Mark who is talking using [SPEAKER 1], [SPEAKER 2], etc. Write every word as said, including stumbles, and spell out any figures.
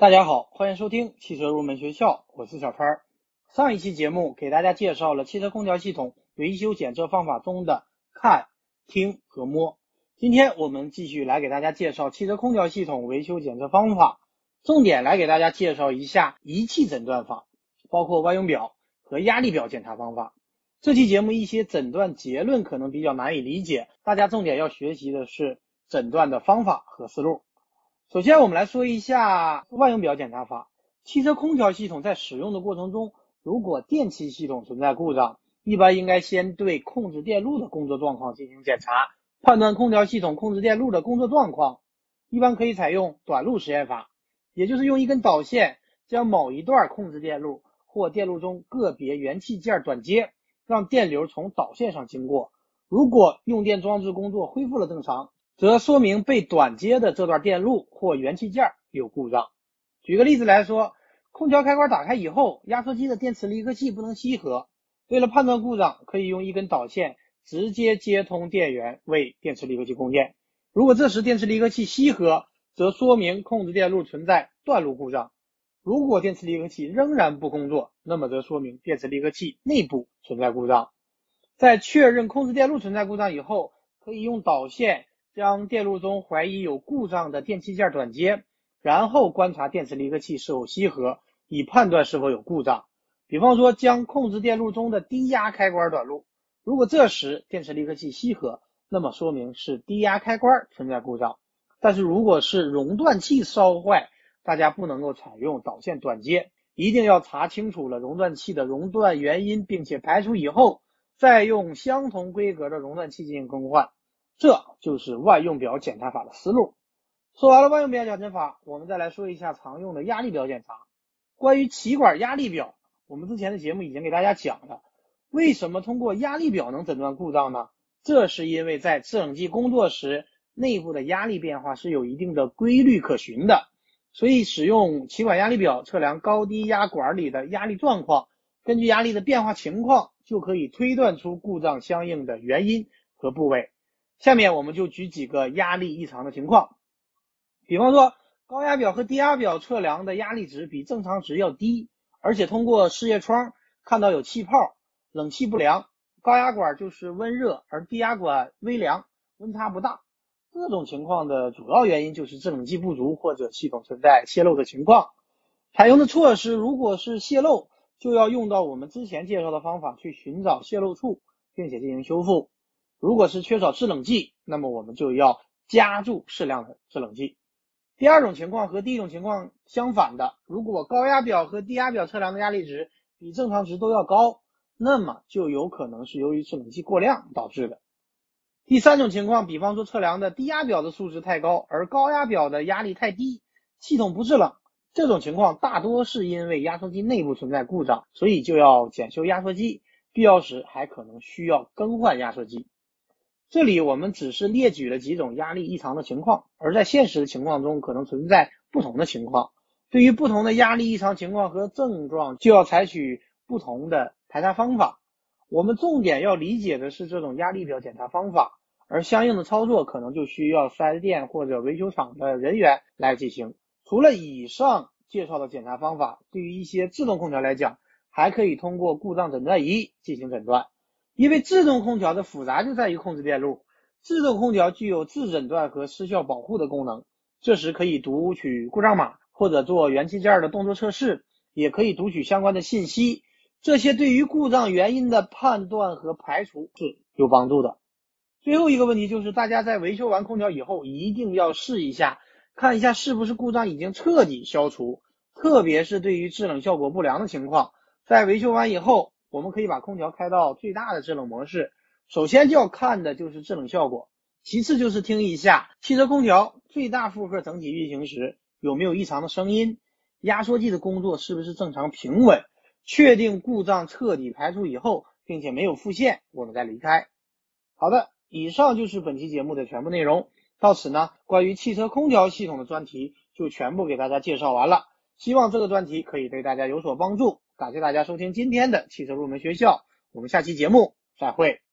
[SPEAKER 1] 大家好，欢迎收听汽车入门学校，我是小川。上一期节目给大家介绍了汽车空调系统维修检测方法中的看、听和摸。今天我们继续来给大家介绍汽车空调系统维修检测方法，重点来给大家介绍一下仪器诊断法，包括万用表和压力表检查方法。这期节目一些诊断结论可能比较难以理解，大家重点要学习的是诊断的方法和思路。首先我们来说一下万用表检查法。汽车空调系统在使用的过程中，如果电气系统存在故障，一般应该先对控制电路的工作状况进行检查，判断空调系统控制电路的工作状况。一般可以采用短路实验法，也就是用一根导线将某一段控制电路或电路中个别元器件短接，让电流从导线上经过。如果用电装置工作恢复了正常，则说明被短接的这段电路或元器件有故障。举个例子来说，空调开关打开以后，压缩机的电磁离合器不能吸合，为了判断故障，可以用一根导线直接接通电源为电磁离合器供电。如果这时电磁离合器吸合，则说明控制电路存在断路故障。如果电磁离合器仍然不工作，那么则说明电磁离合器内部存在故障。在确认控制电路存在故障以后，可以用导线将电路中怀疑有故障的电器件短接，然后观察电磁离合器是否吸合，以判断是否有故障。比方说将控制电路中的低压开关短路，如果这时电磁离合器吸合，那么说明是低压开关存在故障。但是如果是熔断器烧坏，大家不能够采用导线短接，一定要查清楚了熔断器的熔断原因，并且排除以后，再用相同规格的熔断器进行更换。这就是万用表检查法的思路。说完了万用表检查法，我们再来说一下常用的压力表检查。关于气管压力表，我们之前的节目已经给大家讲了，为什么通过压力表能诊断故障呢？这是因为在制冷剂工作时，内部的压力变化是有一定的规律可循的，所以使用气管压力表测量高低压管里的压力状况，根据压力的变化情况，就可以推断出故障相应的原因和部位。下面我们就举几个压力异常的情况。比方说高压表和低压表测量的压力值比正常值要低，而且通过视液窗看到有气泡，冷气不良，高压管就是温热，而低压管微凉，温差不大。这种情况的主要原因就是制冷剂不足或者系统存在泄漏的情况。采用的措施，如果是泄漏，就要用到我们之前介绍的方法去寻找泄漏处，并且进行修复。如果是缺少制冷剂，那么我们就要加注适量的制冷剂。第二种情况和第一种情况相反的，如果高压表和低压表测量的压力值比正常值都要高，那么就有可能是由于制冷剂过量导致的。第三种情况，比方说测量的低压表的数值太高，而高压表的压力太低，系统不制冷，这种情况大多是因为压缩机内部存在故障，所以就要检修压缩机，必要时还可能需要更换压缩机。这里我们只是列举了几种压力异常的情况，而在现实的情况中可能存在不同的情况。对于不同的压力异常情况和症状，就要采取不同的排查方法。我们重点要理解的是这种压力表检查方法，而相应的操作可能就需要 四 S 店或者维修厂的人员来进行。除了以上介绍的检查方法，对于一些自动空调来讲，还可以通过故障诊断仪进行诊断。因为自动空调的复杂就在于控制电路，自动空调具有自诊断和失效保护的功能，这时可以读取故障码或者做元器件的动作测试，也可以读取相关的信息，这些对于故障原因的判断和排除是有帮助的。最后一个问题就是大家在维修完空调以后，一定要试一下，看一下是不是故障已经彻底消除，特别是对于制冷效果不良的情况，在维修完以后，我们可以把空调开到最大的制冷模式，首先就要看的就是制冷效果，其次就是听一下汽车空调最大负荷整体运行时有没有异常的声音，压缩机的工作是不是正常平稳，确定故障彻底排除以后，并且没有复现，我们再离开。好的，以上就是本期节目的全部内容。到此呢，关于汽车空调系统的专题就全部给大家介绍完了，希望这个专题可以对大家有所帮助。感谢大家收听今天的汽车入门学校，我们下期节目再会。